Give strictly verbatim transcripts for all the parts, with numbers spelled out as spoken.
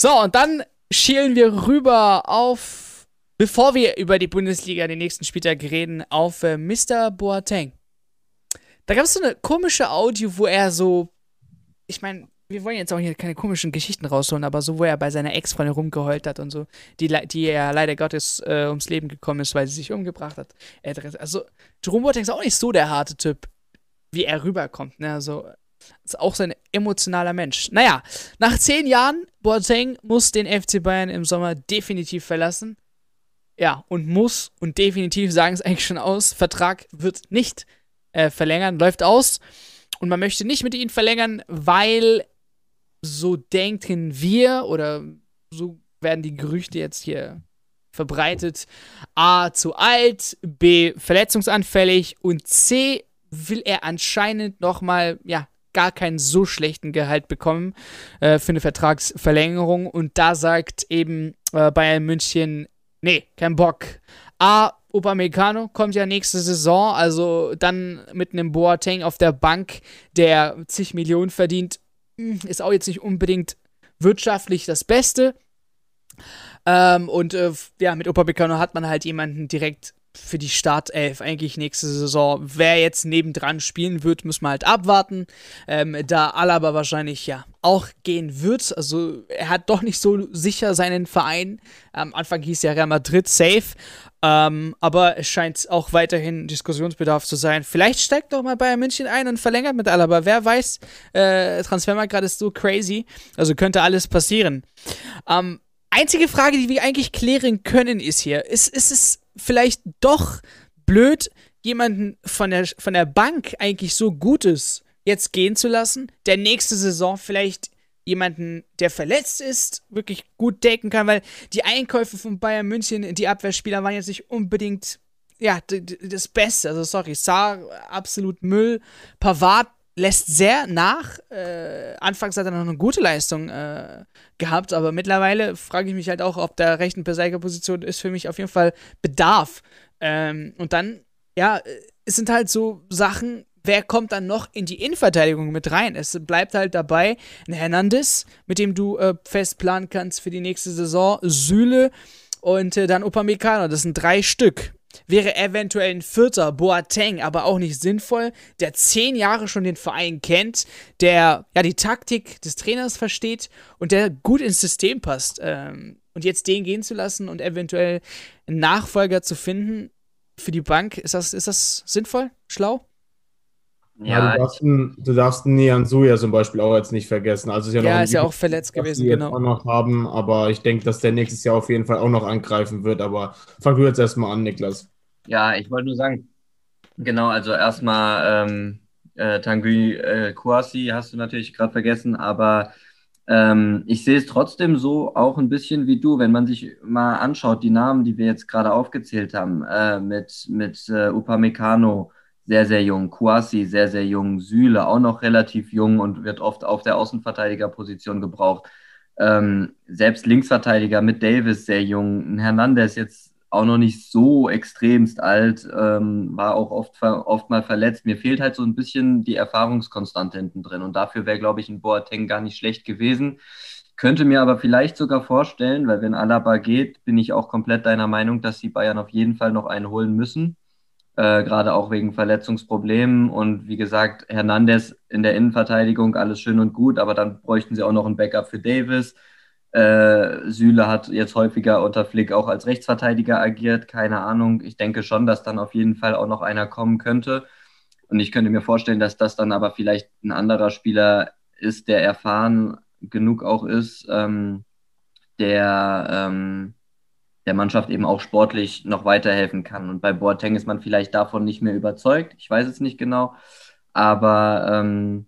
So, und dann schielen wir rüber auf, bevor wir über die Bundesliga den nächsten Spieltag reden, auf äh, Mister Boateng. Da gab es so eine komische Audio, wo er so, ich meine, wir wollen jetzt auch hier keine komischen Geschichten rausholen, aber so, wo er bei seiner Ex-Freundin rumgeheult hat und so, die, die ja leider Gottes äh, ums Leben gekommen ist, weil sie sich umgebracht hat. Also, Jerome Boateng ist auch nicht so der harte Typ, wie er rüberkommt, ne, also, ist auch so ein emotionaler Mensch. Naja, nach zehn Jahren, Boateng muss den F C Bayern im Sommer definitiv verlassen. Ja, und muss und definitiv sagen es eigentlich schon aus, Vertrag wird nicht äh, verlängern, läuft aus. Und man möchte nicht mit ihm verlängern, weil so denken wir oder so werden die Gerüchte jetzt hier verbreitet. A, zu alt, B, verletzungsanfällig und C, will er anscheinend nochmal, ja, gar keinen so schlechten Gehalt bekommen äh, für eine Vertragsverlängerung. Und da sagt eben äh, Bayern München, nee, kein Bock. A, Upamecano kommt ja nächste Saison, also dann mit einem Boateng auf der Bank, der zig Millionen verdient, ist auch jetzt nicht unbedingt wirtschaftlich das Beste. Ähm, und äh, ja, mit Upamecano hat man halt jemanden direkt für die Startelf eigentlich nächste Saison. Wer jetzt nebendran spielen wird, müssen wir halt abwarten. Ähm, da Alaba wahrscheinlich ja auch gehen wird. Also er hat doch nicht so sicher seinen Verein. Am Anfang hieß ja Real Madrid safe. Ähm, aber es scheint auch weiterhin Diskussionsbedarf zu sein. Vielleicht steigt doch mal Bayern München ein und verlängert mit Alaba. Wer weiß, äh, Transfermarkt gerade ist so crazy. Also könnte alles passieren. Ähm, einzige Frage, die wir eigentlich klären können, ist hier, ist, ist es vielleicht doch blöd, jemanden von der, von der Bank eigentlich so Gutes jetzt gehen zu lassen, der nächste Saison vielleicht jemanden, der verletzt ist, wirklich gut decken kann, weil die Einkäufe von Bayern München, die Abwehrspieler waren jetzt nicht unbedingt, ja, d- d- das Beste. Also sorry, Sarr, absolut Müll. Pavard lässt sehr nach. Äh, anfangs hat er noch eine gute Leistung äh, gehabt, aber mittlerweile frage ich mich halt auch, ob der rechten Verteidigerposition ist für mich auf jeden Fall Bedarf. Ähm, und dann, ja, es sind halt so Sachen, wer kommt dann noch in die Innenverteidigung mit rein? Es bleibt halt dabei ein Hernandez, mit dem du äh, fest planen kannst für die nächste Saison, Süle und äh, dann Upamecano. Das sind drei Stück. Wäre eventuell ein vierter Boateng aber auch nicht sinnvoll, der zehn Jahre schon den Verein kennt, der ja die Taktik des Trainers versteht und der gut ins System passt. Ähm, und jetzt den gehen zu lassen und eventuell einen Nachfolger zu finden für die Bank, ist das, ist das sinnvoll? Schlau? Ja, Ja, du darfst, einen- du darfst einen Nian Suja zum Beispiel auch jetzt nicht vergessen. Also ist ja noch Ja, ein ist ja Jungen, auch verletzt was gewesen, die jetzt genau. auch noch haben, aber ich denke, dass der nächstes Jahr auf jeden Fall auch noch angreifen wird. Aber fang du jetzt erstmal an, Niklas. ja, ich wollte nur sagen, genau, also erstmal ähm, äh, Tanguy äh, Kouassi hast du natürlich gerade vergessen, aber ähm, ich sehe es trotzdem so auch ein bisschen wie du, wenn man sich mal anschaut, die Namen, die wir jetzt gerade aufgezählt haben, äh, mit, mit äh, Upamecano, sehr, sehr jung, Kouassi, sehr, sehr jung, Süle, auch noch relativ jung und wird oft auf der Außenverteidigerposition gebraucht. Ähm, selbst Linksverteidiger mit Davis sehr jung, ein Hernandez jetzt auch noch nicht so extremst alt, ähm, war auch oft, ver oft mal verletzt. Mir fehlt halt so ein bisschen die Erfahrungskonstante hinten drin und dafür wäre, glaube ich, ein Boateng gar nicht schlecht gewesen. Könnte mir aber vielleicht sogar vorstellen, weil wenn Alaba geht, bin ich auch komplett deiner Meinung, dass die Bayern auf jeden Fall noch einen holen müssen. Äh, gerade auch wegen Verletzungsproblemen und wie gesagt, Hernandez in der Innenverteidigung, alles schön und gut, aber dann bräuchten sie auch noch ein Backup für Davis. Äh, Süle hat jetzt häufiger unter Flick auch als Rechtsverteidiger agiert, keine Ahnung. Ich denke schon, dass dann auf jeden Fall auch noch einer kommen könnte. Und ich könnte mir vorstellen, dass das dann aber vielleicht ein anderer Spieler ist, der erfahren genug auch ist, ähm, der ähm, der Mannschaft eben auch sportlich noch weiterhelfen kann. Und bei Boateng ist man vielleicht davon nicht mehr überzeugt. Ich weiß es nicht genau. Aber ähm,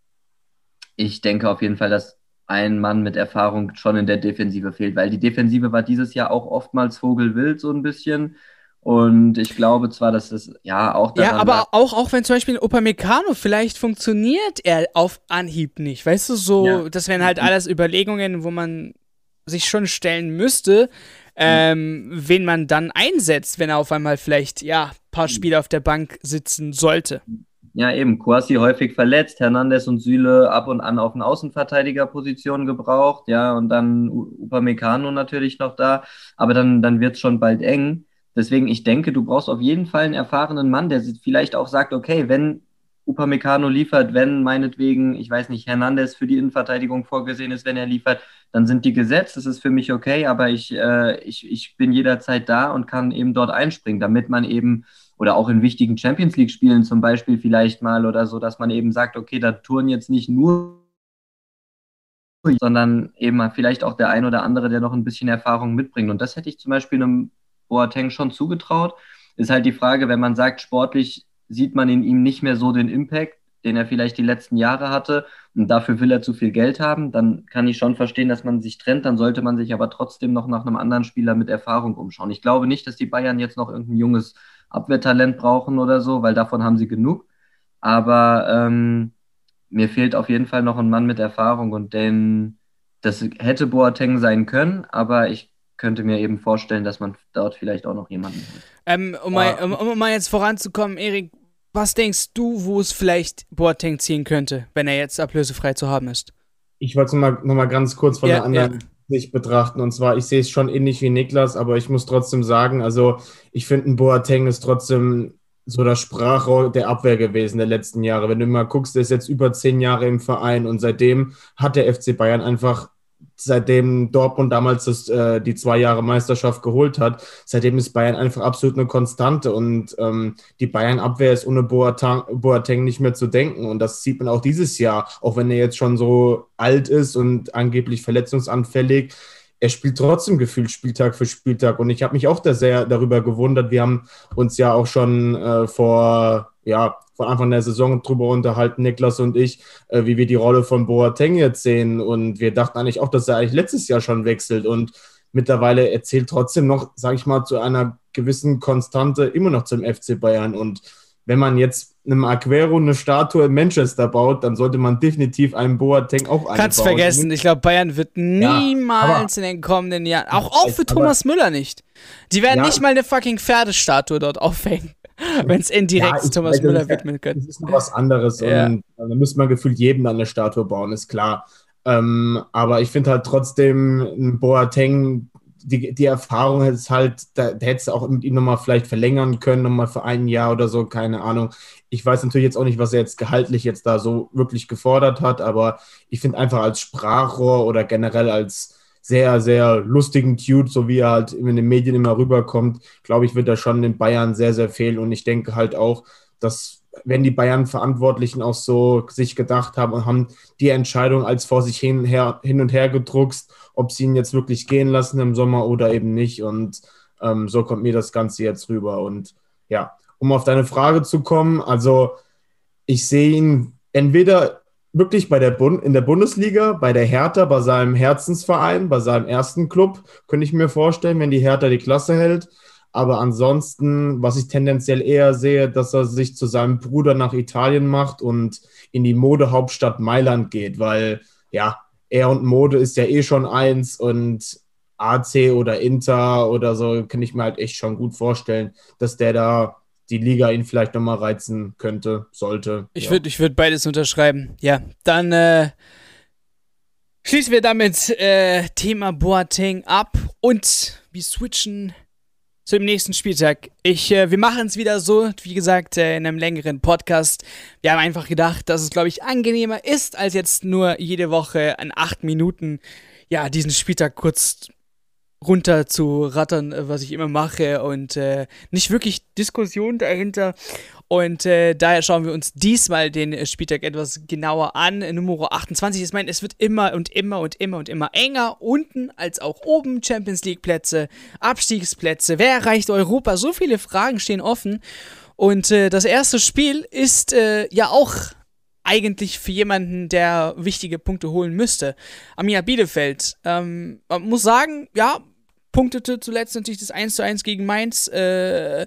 ich denke auf jeden Fall, dass ein Mann mit Erfahrung schon in der Defensive fehlt, weil die Defensive war dieses Jahr auch oftmals Vogelwild so ein bisschen. Und ich glaube zwar, dass es ja auch Ja, daran aber lag. auch, auch wenn zum Beispiel ein Upamecano, vielleicht funktioniert er auf Anhieb nicht. Weißt du, so, Ja. das wären halt alles Überlegungen, wo man sich schon stellen müsste, ähm, wen man dann einsetzt, wenn er auf einmal vielleicht, ja, ein paar Spiele auf der Bank sitzen sollte. Ja, eben, Kouassi häufig verletzt, Hernandez und Süle ab und an auf den Außenverteidigerpositionen gebraucht, ja, und dann U- Upamecano natürlich noch da, aber dann, dann wird es schon bald eng. Deswegen, ich denke, du brauchst auf jeden Fall einen erfahrenen Mann, der vielleicht auch sagt, okay, wenn Upamecano liefert, wenn meinetwegen, ich weiß nicht, Hernandez für die Innenverteidigung vorgesehen ist, wenn er liefert, dann sind die gesetzt, das ist für mich okay, aber ich, äh, ich, ich bin jederzeit da und kann eben dort einspringen, damit man eben oder auch in wichtigen Champions League-Spielen zum Beispiel vielleicht mal oder so, dass man eben sagt, okay, da touren jetzt nicht nur, sondern eben mal vielleicht auch der ein oder andere, der noch ein bisschen Erfahrung mitbringt. Und das hätte ich zum Beispiel einem Boateng schon zugetraut. Ist halt die Frage, wenn man sagt, sportlich sieht man in ihm nicht mehr so den Impact, den er vielleicht die letzten Jahre hatte und dafür will er zu viel Geld haben, dann kann ich schon verstehen, dass man sich trennt, dann sollte man sich aber trotzdem noch nach einem anderen Spieler mit Erfahrung umschauen. Ich glaube nicht, dass die Bayern jetzt noch irgendein junges Abwehrtalent brauchen oder so, weil davon haben sie genug. Aber ähm, mir fehlt auf jeden Fall noch ein Mann mit Erfahrung und den, das hätte Boateng sein können, aber ich könnte mir eben vorstellen, dass man dort vielleicht auch noch jemanden hat. Ähm, um, mal, um, um mal jetzt voranzukommen, Erik, was denkst du, wo es vielleicht Boateng ziehen könnte, wenn er jetzt ablösefrei zu haben ist? Ich wollte es noch mal, noch mal ganz kurz von Ja, der anderen ja. Sicht betrachten. Und zwar, ich sehe es schon ähnlich wie Niklas, aber ich muss trotzdem sagen, also ich finde, ein Boateng ist trotzdem so das Sprachrohr der Abwehr gewesen der letzten Jahre. Wenn du mal guckst, der ist jetzt über zehn Jahre im Verein und seitdem hat der F C Bayern einfach, seitdem Dortmund damals das, äh, die zwei Jahre Meisterschaft geholt hat, seitdem ist Bayern einfach absolut eine Konstante und ähm, die Bayern-Abwehr ist ohne Boateng, Boateng nicht mehr zu denken und das sieht man auch dieses Jahr, auch wenn er jetzt schon so alt ist und angeblich verletzungsanfällig. Er spielt trotzdem gefühlt Spieltag für Spieltag und ich habe mich auch da sehr darüber gewundert. Wir haben uns ja auch schon äh, vor, ja, von Anfang der Saison drüber unterhalten, Niklas und ich, äh, wie wir die Rolle von Boateng jetzt sehen und wir dachten eigentlich auch, dass er eigentlich letztes Jahr schon wechselt und mittlerweile erzählt trotzdem noch, sage ich mal, zu einer gewissen Konstante immer noch zum F C Bayern und wenn man jetzt einem Aguero eine Statue in Manchester baut, dann sollte man definitiv einen Boateng auch einbauen. Kannst vergessen, ich glaube, Bayern wird niemals ja, in den kommenden Jahren, auch, auch für Thomas Müller nicht. Die werden ja, nicht mal eine fucking Pferdestatue dort aufhängen, wenn es indirekt ja, Thomas weiß, Müller widmen könnte. Das ist noch was anderes ja. Und da müsste man gefühlt jedem dann eine Statue bauen, ist klar. Ähm, aber ich finde halt trotzdem, ein Boateng, die, die Erfahrung ist halt, da, da hättest du auch mit ihm nochmal vielleicht verlängern können, nochmal für ein Jahr oder so, keine Ahnung. Ich weiß natürlich jetzt auch nicht, was er jetzt gehaltlich jetzt da so wirklich gefordert hat, aber ich finde einfach als Sprachrohr oder generell als sehr, sehr lustigen Dude, so wie er halt in den Medien immer rüberkommt, glaube ich, wird er schon den Bayern sehr, sehr fehlen und ich denke halt auch, dass wenn die Bayern-Verantwortlichen auch so sich gedacht haben und haben die Entscheidung als vor sich hin, her, hin und her gedruckst, ob sie ihn jetzt wirklich gehen lassen im Sommer oder eben nicht. Und ähm, so kommt mir das Ganze jetzt rüber. Und ja, um auf deine Frage zu kommen, also ich sehe ihn entweder wirklich bei der Bund- in der Bundesliga, bei der Hertha, bei seinem Herzensverein, bei seinem ersten Club, könnte ich mir vorstellen, wenn die Hertha die Klasse hält. Aber ansonsten, was ich tendenziell eher sehe, dass er sich zu seinem Bruder nach Italien macht und in die Modehauptstadt Mailand geht, weil ja, er und Mode ist ja eh schon eins und A C oder Inter oder so kann ich mir halt echt schon gut vorstellen, dass der da die Liga ihn vielleicht nochmal reizen könnte, sollte. Ich ja. würde ich würd beides unterschreiben. Ja, dann äh, schließen wir damit äh, Thema Boateng ab und wir switchen zum nächsten Spieltag. Ich, äh, wir machen es wieder so, wie gesagt, äh, in einem längeren Podcast. Wir haben einfach gedacht, dass es, glaube ich, angenehmer ist, als jetzt nur jede Woche in acht Minuten, ja, diesen Spieltag kurz runter zu rattern, was ich immer mache und äh, nicht wirklich Diskussion dahinter. Und äh, daher schauen wir uns diesmal den Spieltag etwas genauer an. Nummer achtundzwanzig, ich meine, es wird immer und immer und immer und immer enger, unten als auch oben. Champions League Plätze, Abstiegsplätze, wer erreicht Europa? So viele Fragen stehen offen. Und äh, das erste Spiel ist äh, ja auch eigentlich für jemanden, der wichtige Punkte holen müsste. Arminia Bielefeld. Ähm, man muss sagen, ja, punktete zuletzt natürlich das eins zu eins gegen Mainz. Äh,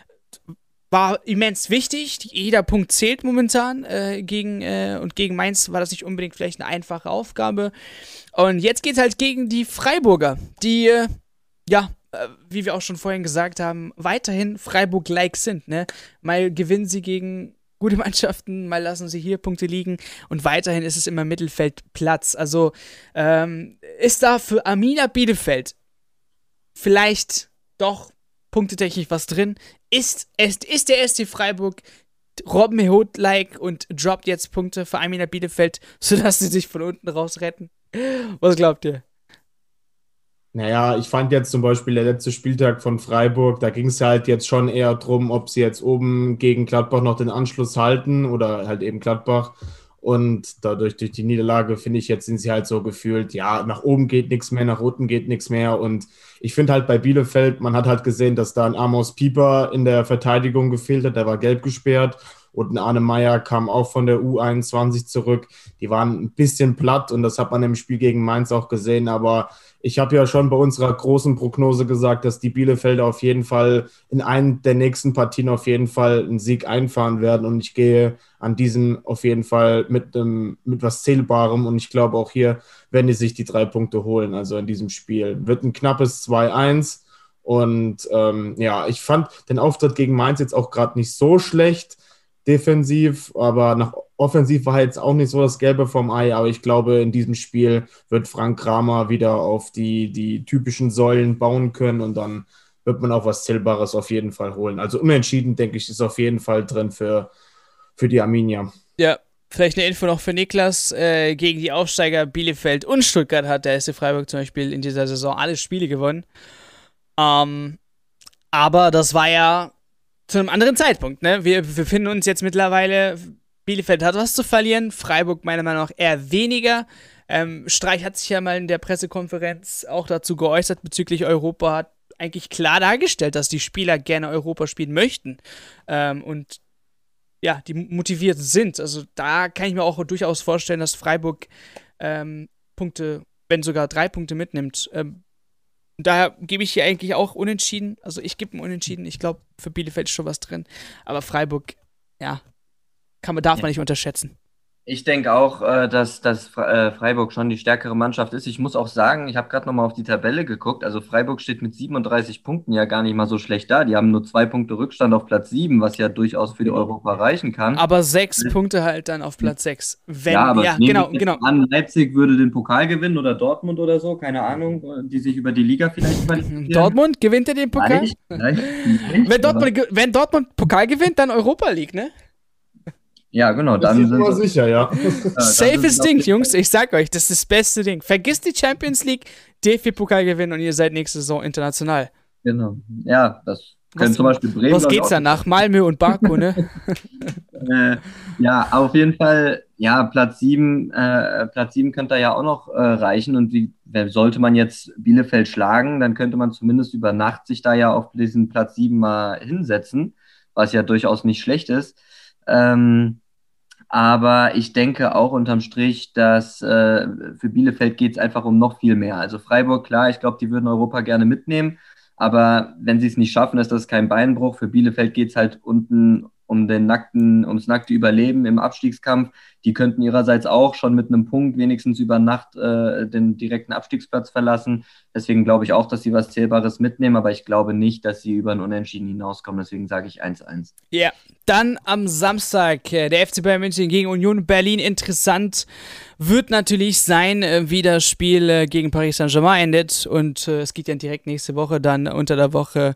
war immens wichtig. Jeder Punkt zählt momentan. Äh, gegen, äh, und gegen Mainz war das nicht unbedingt vielleicht eine einfache Aufgabe. Und jetzt geht es halt gegen die Freiburger, die, äh, ja, äh, wie wir auch schon vorhin gesagt haben, weiterhin Freiburg-like sind. Ne? Mal gewinnen sie gegen gute Mannschaften, mal lassen sie hier Punkte liegen und weiterhin ist es immer Mittelfeldplatz. Also ähm, ist da für Arminia Bielefeld vielleicht doch punktetechnisch was drin? Ist, ist, ist der S C Freiburg Robin Hood-like und droppt jetzt Punkte für Arminia Bielefeld, sodass sie sich von unten raus retten? Was glaubt ihr? Naja, ich fand jetzt zum Beispiel der letzte Spieltag von Freiburg, da ging es halt jetzt schon eher drum, ob sie jetzt oben gegen Gladbach noch den Anschluss halten oder halt eben Gladbach. Und dadurch, durch die Niederlage, finde ich, jetzt sind sie halt so gefühlt, ja, nach oben geht nichts mehr, nach unten geht nichts mehr. Und ich finde halt bei Bielefeld, man hat halt gesehen, dass da ein Amos Pieper in der Verteidigung gefehlt hat, der war gelb gesperrt. Und ein Arne Meyer kam auch von der U einundzwanzig zurück. Die waren ein bisschen platt und das hat man im Spiel gegen Mainz auch gesehen. Aber ich habe ja schon bei unserer großen Prognose gesagt, dass die Bielefelder auf jeden Fall in einen der nächsten Partien auf jeden Fall einen Sieg einfahren werden. Und ich gehe an diesem auf jeden Fall mit, einem, mit was Zählbarem. Und ich glaube, auch hier werden die sich die drei Punkte holen, also in diesem Spiel. Wird ein knappes zwei eins. Und ähm, ja, ich fand den Auftritt gegen Mainz jetzt auch gerade nicht so schlecht. Defensiv, aber nach offensiv war jetzt auch nicht so das Gelbe vom Ei, aber ich glaube, in diesem Spiel wird Frank Kramer wieder auf die, die typischen Säulen bauen können und dann wird man auch was Zählbares auf jeden Fall holen. Also unentschieden, denke ich, ist auf jeden Fall drin für, für die Arminia. Ja, vielleicht eine Info noch für Niklas. Äh, gegen die Aufsteiger Bielefeld und Stuttgart hat der S C Freiburg zum Beispiel in dieser Saison alle Spiele gewonnen. Ähm, aber das war ja zu einem anderen Zeitpunkt, ne? Wir befinden uns jetzt mittlerweile, Bielefeld hat was zu verlieren, Freiburg meiner Meinung nach eher weniger. Ähm, Streich hat sich ja mal in der Pressekonferenz auch dazu geäußert bezüglich Europa, hat eigentlich klar dargestellt, dass die Spieler gerne Europa spielen möchten ähm, und ja, die motiviert sind. Also da kann ich mir auch durchaus vorstellen, dass Freiburg ähm, Punkte, wenn sogar drei Punkte mitnimmt. Ähm, Daher gebe ich hier eigentlich auch Unentschieden. Also ich gebe einen Unentschieden. Ich glaube, für Bielefeld ist schon was drin. Aber Freiburg, ja, kann man, darf man nicht unterschätzen. Ich denke auch, äh, dass, dass Fre- äh, Freiburg schon die stärkere Mannschaft ist. Ich muss auch sagen, ich habe gerade nochmal auf die Tabelle geguckt. Also Freiburg steht mit siebenunddreißig Punkten ja gar nicht mal so schlecht da. Die haben nur zwei Punkte Rückstand auf Platz sieben, was ja durchaus für die Europa reichen kann. Aber sechs Punkte halt dann auf Platz sechs. Wenn, ja, aber ja nehmen genau, wir jetzt genau. an, Leipzig würde den Pokal gewinnen oder Dortmund oder so, keine Ahnung, die sich über die Liga vielleicht qualifizieren. Dortmund gewinnt er den Pokal? Nein, nein, nicht, wenn, Dortmund, ge- wenn Dortmund Pokal gewinnt, dann Europa League, ne? Ja, genau. Das Dann ist immer sind, sicher, ja. äh, Safes dann Ding, sind Jungs. Ich sag euch, das ist das beste Ding. Vergisst die Champions League, D F B-Pokal gewinnen und ihr seid nächste Saison international. Genau. Ja, das können Was- zum Beispiel Bremen. Was glaub ich, geht's auch- danach? Malmö und Baku, ne? Äh, ja, auf jeden Fall, ja, Platz sieben, äh, Platz sieben könnte da ja auch noch äh, reichen. Und wie wer- sollte man jetzt Bielefeld schlagen, dann könnte man zumindest über Nacht sich da ja auf diesen Platz sieben mal hinsetzen, was ja durchaus nicht schlecht ist. Ähm, aber ich denke auch unterm Strich, dass äh, für Bielefeld geht es einfach um noch viel mehr. Also Freiburg, klar, ich glaube, die würden Europa gerne mitnehmen. Aber wenn sie es nicht schaffen, ist das kein Beinbruch. Für Bielefeld geht es halt unten um den nackten, ums nackte Überleben im Abstiegskampf. Die könnten ihrerseits auch schon mit einem Punkt wenigstens über Nacht äh, den direkten Abstiegsplatz verlassen. Deswegen glaube ich auch, dass sie was Zählbares mitnehmen, aber ich glaube nicht, dass sie über ein Unentschieden hinauskommen. Deswegen sage ich eins eins. Ja, dann am Samstag äh, der F C Bayern München gegen Union Berlin. Interessant wird natürlich sein, äh, wie das Spiel äh, gegen Paris Saint-Germain endet. Und äh, es geht ja direkt nächste Woche dann unter der Woche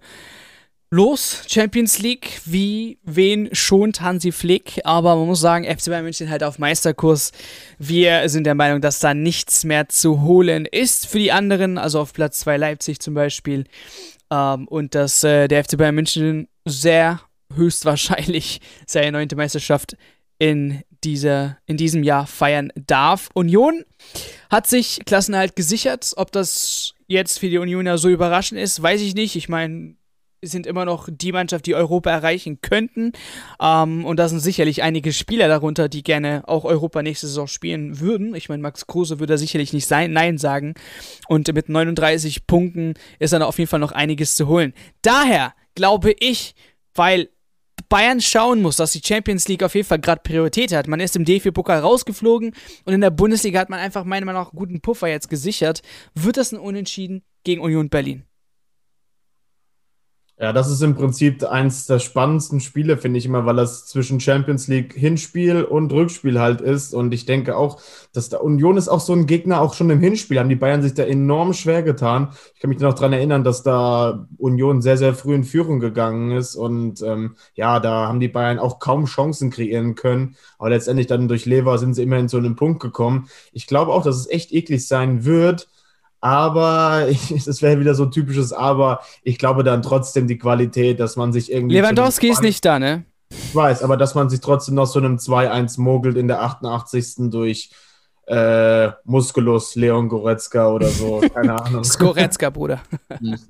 los. Champions League, wie wen schont Hansi Flick? Aber man muss sagen, F C Bayern München halt auf Meisterkurs. Wir sind der Meinung, dass da nichts mehr zu holen ist für die anderen. Also auf Platz zwei Leipzig zum Beispiel. Ähm, und dass äh, der F C Bayern München sehr höchstwahrscheinlich seine neunte Meisterschaft in, dieser, in diesem Jahr feiern darf. Union hat sich Klassenerhalt gesichert. Ob das jetzt für die Unioner so überraschend ist, weiß ich nicht. Ich meine, sind immer noch die Mannschaft, die Europa erreichen könnten. Ähm, und da sind sicherlich einige Spieler darunter, die gerne auch Europa nächste Saison spielen würden. Ich meine, Max Kruse würde da sicherlich nicht sein, Nein sagen. Und mit neununddreißig Punkten ist dann auf jeden Fall noch einiges zu holen. Daher glaube ich, weil Bayern schauen muss, dass die Champions League auf jeden Fall gerade Priorität hat. Man ist im D F B-Pokal rausgeflogen und in der Bundesliga hat man einfach meiner Meinung nach einen guten Puffer jetzt gesichert. Wird das ein Unentschieden gegen Union Berlin? Ja, das ist im Prinzip eins der spannendsten Spiele, finde ich immer, weil das zwischen Champions League Hinspiel und Rückspiel halt ist. Und ich denke auch, dass der Union ist auch so ein Gegner, auch schon im Hinspiel haben die Bayern sich da enorm schwer getan. Ich kann mich noch daran erinnern, dass da Union sehr, sehr früh in Führung gegangen ist. Und ähm, ja, da haben die Bayern auch kaum Chancen kreieren können. Aber letztendlich dann durch Lever sind sie immerhin zu einem Punkt gekommen. Ich glaube auch, dass es echt eklig sein wird. Aber es wäre wieder so ein typisches Aber. Ich glaube dann trotzdem die Qualität, dass man sich irgendwie. Lewandowski ist nicht da, ne? Ich weiß, aber dass man sich trotzdem noch so einem zwei eins mogelt in der achtundachtzigsten durch äh, Musculus, Leon Goretzka oder so. Keine Ahnung. Goretzka, Bruder. Ich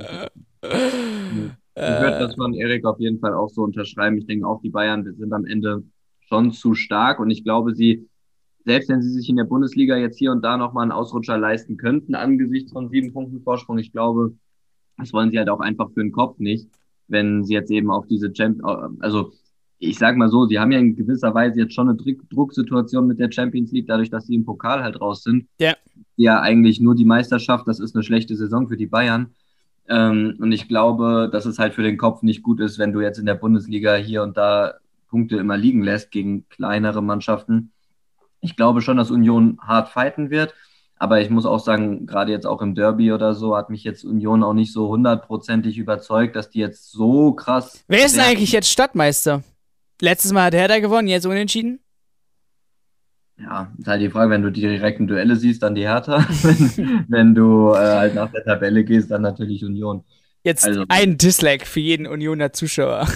würde das von Erik auf jeden Fall auch so unterschreiben. Ich denke auch, die Bayern sind am Ende schon zu stark und ich glaube, sie. Selbst wenn sie sich in der Bundesliga jetzt hier und da nochmal einen Ausrutscher leisten könnten, angesichts von sieben Punkten Vorsprung, ich glaube, das wollen sie halt auch einfach für den Kopf nicht, wenn sie jetzt eben auf diese Champions, also ich sag mal so, sie haben ja in gewisser Weise jetzt schon eine Drucksituation mit der Champions League, dadurch, dass sie im Pokal halt raus sind. Ja. Ja, eigentlich nur die Meisterschaft, das ist eine schlechte Saison für die Bayern. Ähm, und ich glaube, dass es halt für den Kopf nicht gut ist, wenn du jetzt in der Bundesliga hier und da Punkte immer liegen lässt gegen kleinere Mannschaften. Ich glaube schon, dass Union hart fighten wird, aber ich muss auch sagen, gerade jetzt auch im Derby oder so, hat mich jetzt Union auch nicht so hundertprozentig überzeugt, dass die jetzt so krass... Wer ist denn eigentlich jetzt Stadtmeister? Letztes Mal hat Hertha gewonnen, jetzt unentschieden? Ja, ist halt die Frage, wenn du die direkten Duelle siehst, dann die Hertha. wenn, wenn du äh, halt nach der Tabelle gehst, dann natürlich Union. Jetzt also, ein Dislike für jeden Unioner Zuschauer.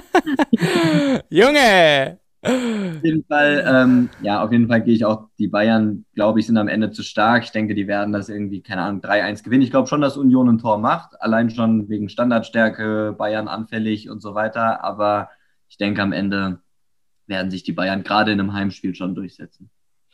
Junge! Auf jeden Fall, ähm, ja, auf jeden Fall gehe ich auch, die Bayern, glaube ich, sind am Ende zu stark. Ich denke, die werden das irgendwie, keine Ahnung, drei eins gewinnen. Ich glaube schon, dass Union ein Tor macht, allein schon wegen Standardstärke, Bayern anfällig und so weiter. Aber ich denke, am Ende werden sich die Bayern gerade in einem Heimspiel schon durchsetzen.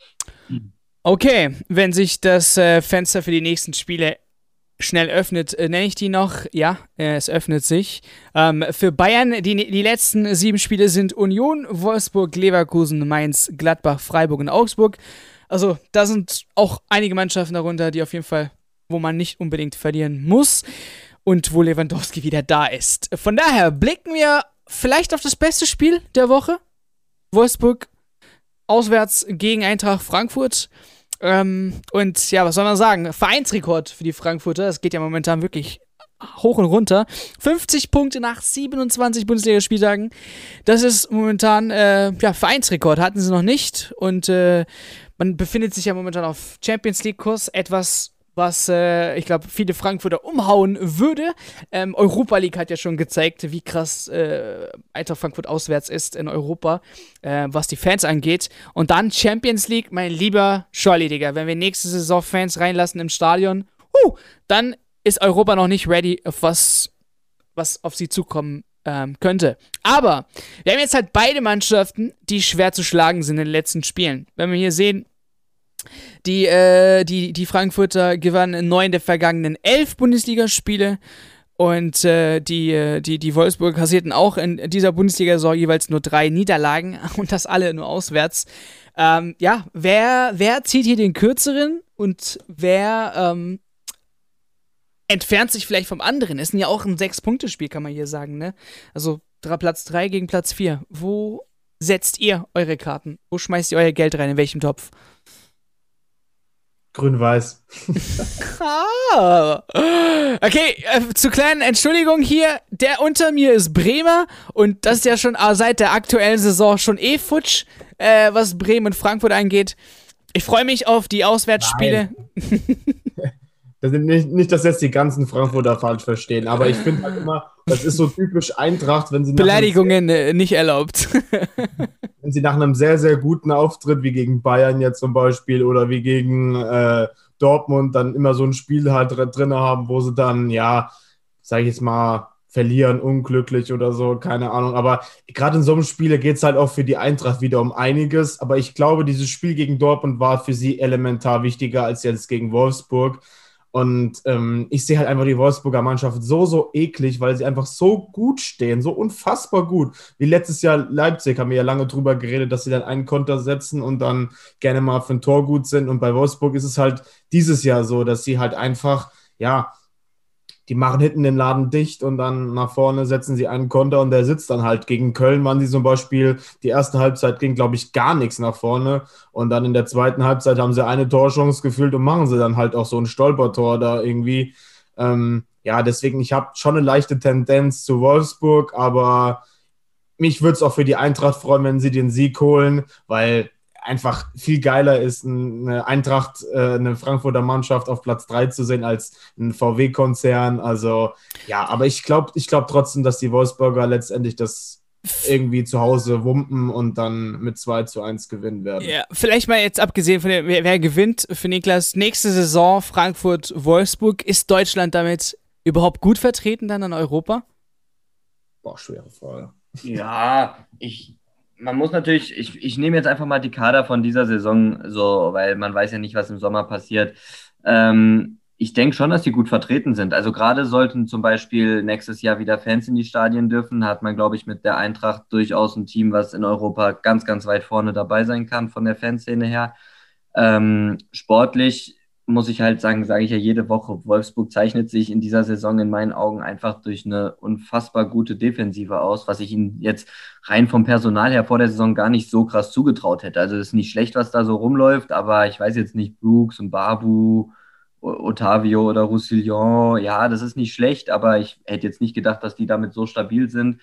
Okay, wenn sich das äh, Fenster für die nächsten Spiele schnell öffnet, äh, nenne ich die noch. Ja, äh, es öffnet sich. Ähm, für Bayern, die, die letzten sieben Spiele sind Union, Wolfsburg, Leverkusen, Mainz, Gladbach, Freiburg und Augsburg. Also da sind auch einige Mannschaften darunter, die auf jeden Fall, wo man nicht unbedingt verlieren muss und wo Lewandowski wieder da ist. Von daher blicken wir vielleicht auf das beste Spiel der Woche. Wolfsburg auswärts gegen Eintracht Frankfurt. Ähm, und ja, was soll man sagen? Vereinsrekord für die Frankfurter. Das geht ja momentan wirklich hoch und runter. fünfzig Punkte nach siebenundzwanzig Bundesligaspieltagen. Das ist momentan äh, ja, Vereinsrekord. Hatten sie noch nicht. Und äh, man befindet sich ja momentan auf Champions League-Kurs. Etwas, was äh, ich glaube, viele Frankfurter umhauen würde. Ähm, Europa League hat ja schon gezeigt, wie krass äh, Eintracht Frankfurt auswärts ist in Europa, äh, was die Fans angeht. Und dann Champions League, mein lieber Scholli, Digga. Wenn wir nächste Saison Fans reinlassen im Stadion, uh, dann ist Europa noch nicht ready, auf was, was auf sie zukommen ähm, könnte. Aber wir haben jetzt halt beide Mannschaften, die schwer zu schlagen sind in den letzten Spielen. Wenn wir hier sehen, Die, äh, die, die Frankfurter gewannen neun der vergangenen elf Bundesligaspiele und äh, die, die, die Wolfsburg kassierten auch in dieser Bundesliga-Saison jeweils nur drei Niederlagen und das alle nur auswärts. Ähm, ja, wer, wer zieht hier den Kürzeren und wer ähm, entfernt sich vielleicht vom anderen? Es ist ja auch ein Sechs-Punkte-Spiel, kann man hier sagen, ne? Also Platz drei gegen Platz vier. Wo setzt ihr eure Karten? Wo schmeißt ihr euer Geld rein? In welchem Topf? Grün-Weiß. Ah. Okay, äh, zu kleinen Entschuldigung hier. Der unter mir ist Bremer und das ist ja schon äh, seit der aktuellen Saison schon eh futsch, äh, was Bremen und Frankfurt angeht. Ich freue mich auf die Auswärtsspiele. Das sind nicht, nicht, dass jetzt die ganzen Frankfurter falsch verstehen, aber ich finde halt immer, das ist so typisch Eintracht, wenn sie Beleidigungen sehr, nicht erlaubt. Wenn sie nach einem sehr, sehr guten Auftritt, wie gegen Bayern jetzt zum Beispiel oder wie gegen äh, Dortmund, dann immer so ein Spiel halt drin haben, wo sie dann, ja, sag ich jetzt mal, verlieren, unglücklich oder so, keine Ahnung. Aber gerade in so einem Spiel geht es halt auch für die Eintracht wieder um einiges. Aber ich glaube, dieses Spiel gegen Dortmund war für sie elementar wichtiger als jetzt gegen Wolfsburg. Und ähm, ich sehe halt einfach die Wolfsburger Mannschaft so, so eklig, weil sie einfach so gut stehen, so unfassbar gut. Wie letztes Jahr Leipzig haben wir ja lange drüber geredet, dass sie dann einen Konter setzen und dann gerne mal für ein Tor gut sind. Und bei Wolfsburg ist es halt dieses Jahr so, dass sie halt einfach, ja, die machen hinten den Laden dicht und dann nach vorne setzen sie einen Konter und der sitzt dann halt. Gegen Köln waren sie zum Beispiel, die erste Halbzeit ging, glaube ich, gar nichts nach vorne und dann in der zweiten Halbzeit haben sie eine Torchance gefühlt und machen sie dann halt auch so ein Stolpertor da irgendwie. Ähm, ja, deswegen, ich habe schon eine leichte Tendenz zu Wolfsburg, aber mich würde es auch für die Eintracht freuen, wenn sie den Sieg holen, weil einfach viel geiler ist, eine Eintracht, äh, eine Frankfurter Mannschaft auf Platz drei zu sehen als ein V W-Konzern. Also ja, aber ich glaube ich glaub trotzdem, dass die Wolfsburger letztendlich das irgendwie zu Hause wumpen und dann mit zwei zu eins gewinnen werden. Ja, vielleicht mal jetzt abgesehen von dem, wer, wer gewinnt für Niklas, nächste Saison Frankfurt-Wolfsburg, ist Deutschland damit überhaupt gut vertreten dann in Europa? Boah, schwere Frage. Ja, ich, man muss natürlich, ich, ich nehme jetzt einfach mal die Kader von dieser Saison so, weil man weiß ja nicht, was im Sommer passiert. Ähm, ich denke schon, dass die gut vertreten sind. Also gerade sollten zum Beispiel nächstes Jahr wieder Fans in die Stadien dürfen, hat man, glaube ich, mit der Eintracht durchaus ein Team, was in Europa ganz, ganz weit vorne dabei sein kann von der Fanszene her. Ähm, sportlich muss ich halt sagen, sage ich ja jede Woche, Wolfsburg zeichnet sich in dieser Saison in meinen Augen einfach durch eine unfassbar gute Defensive aus, was ich ihnen jetzt rein vom Personal her vor der Saison gar nicht so krass zugetraut hätte. Also es ist nicht schlecht, was da so rumläuft, aber ich weiß jetzt nicht, Brooks und Babu, Otavio oder Roussillon, ja, das ist nicht schlecht, aber ich hätte jetzt nicht gedacht, dass die damit so stabil sind.